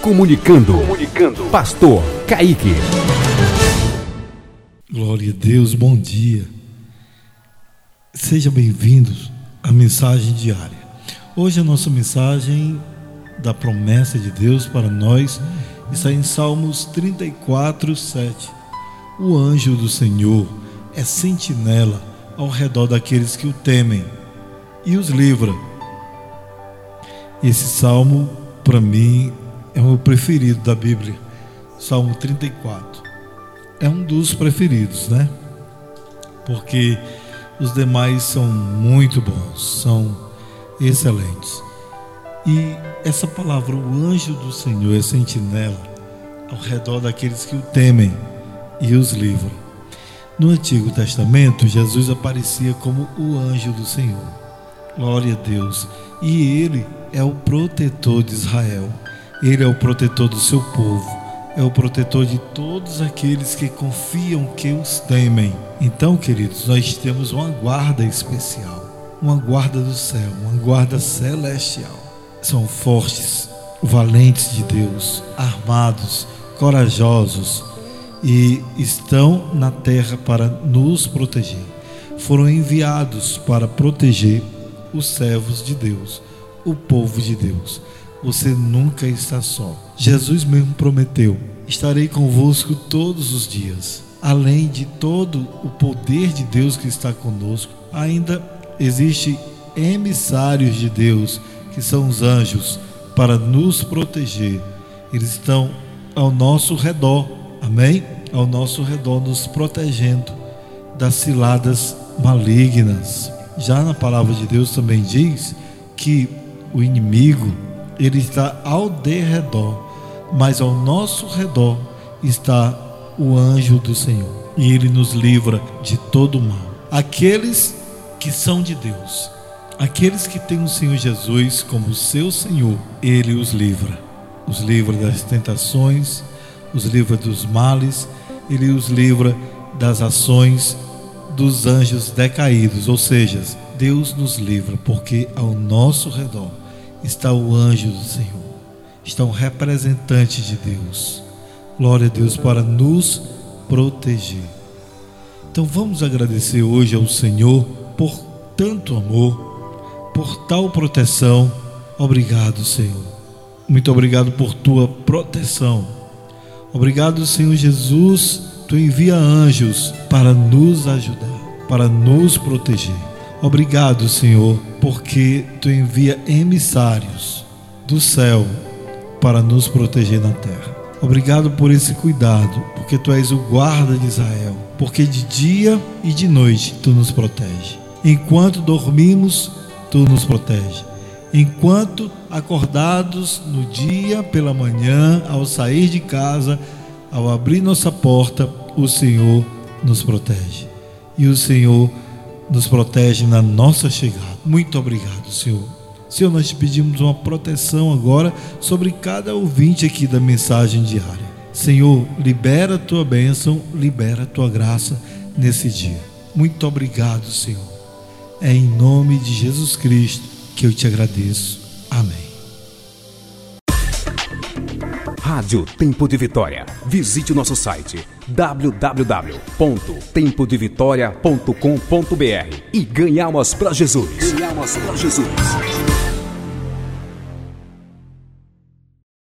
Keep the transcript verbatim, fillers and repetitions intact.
Comunicando. Comunicando. Pastor Kaique. Glória a Deus, bom dia. Sejam bem-vindos à mensagem diária. Hoje a nossa mensagem da promessa de Deus para nós está em Salmos trinta e quatro, sete. O anjo do Senhor é sentinela ao redor daqueles que o temem e os livra. Esse salmo, para mim, é o meu preferido da Bíblia. Salmo trinta e quatro. É um dos preferidos, né? Porque os demais são muito bons, são excelentes. E essa palavra, o anjo do Senhor é sentinela ao redor daqueles que o temem e os livra. No Antigo Testamento, Jesus aparecia como o anjo do Senhor. Glória a Deus. E ele é o protetor de Israel. Ele é o protetor do seu povo. É o protetor de todos aqueles que confiam, que os temem. Então, queridos, nós temos uma guarda especial, uma guarda do céu, uma guarda celestial. São fortes, valentes de Deus, armados, corajosos e estão na terra para nos proteger. Foram enviados para proteger os servos de Deus, o povo de Deus. Você nunca está só. Jesus mesmo prometeu: estarei convosco todos os dias. Além de todo o poder de Deus que está conosco, ainda existe emissários de Deus, que são os anjos, para nos proteger. Eles estão ao nosso redor, amém? Ao nosso redor, nos protegendo das ciladas malignas. Já na palavra de Deus também diz que o inimigo, ele está ao derredor, mas ao nosso redor está o anjo do Senhor, e ele nos livra de todo o mal. Aqueles que são de Deus, aqueles que têm o Senhor Jesus como seu Senhor, ele os livra, os livra das tentações, os livra dos males, ele os livra das ações dos anjos decaídos. Ou seja, Deus nos livra, porque ao nosso redor está o anjo do Senhor, está um representante de Deus. Glória a Deus, para nos proteger. Então vamos agradecer hoje ao Senhor por tanto amor, por tal proteção. Obrigado, Senhor. Muito obrigado por tua proteção. Obrigado, Senhor Jesus. Tu envia anjos para nos ajudar, para nos proteger. Obrigado, Senhor, porque tu envia emissários do céu para nos proteger na terra. Obrigado por esse cuidado, porque tu és o guarda de Israel, porque de dia e de noite tu nos protege. Enquanto dormimos, tu nos protege. Enquanto acordados no dia, pela manhã, ao sair de casa, ao abrir nossa porta, o Senhor nos protege. E o Senhor nos protege na nossa chegada. Muito obrigado, Senhor. Senhor, nós te pedimos uma proteção agora sobre cada ouvinte aqui da mensagem diária. Senhor, libera a tua bênção, libera a tua graça nesse dia. Muito obrigado, Senhor. É em nome de Jesus Cristo que eu te agradeço. Amém. Rádio Tempo de Vitória. Visite o nosso site w w w ponto tempo de vitória ponto com ponto b r e ganhe almas para Jesus. Ganhe almas para Jesus.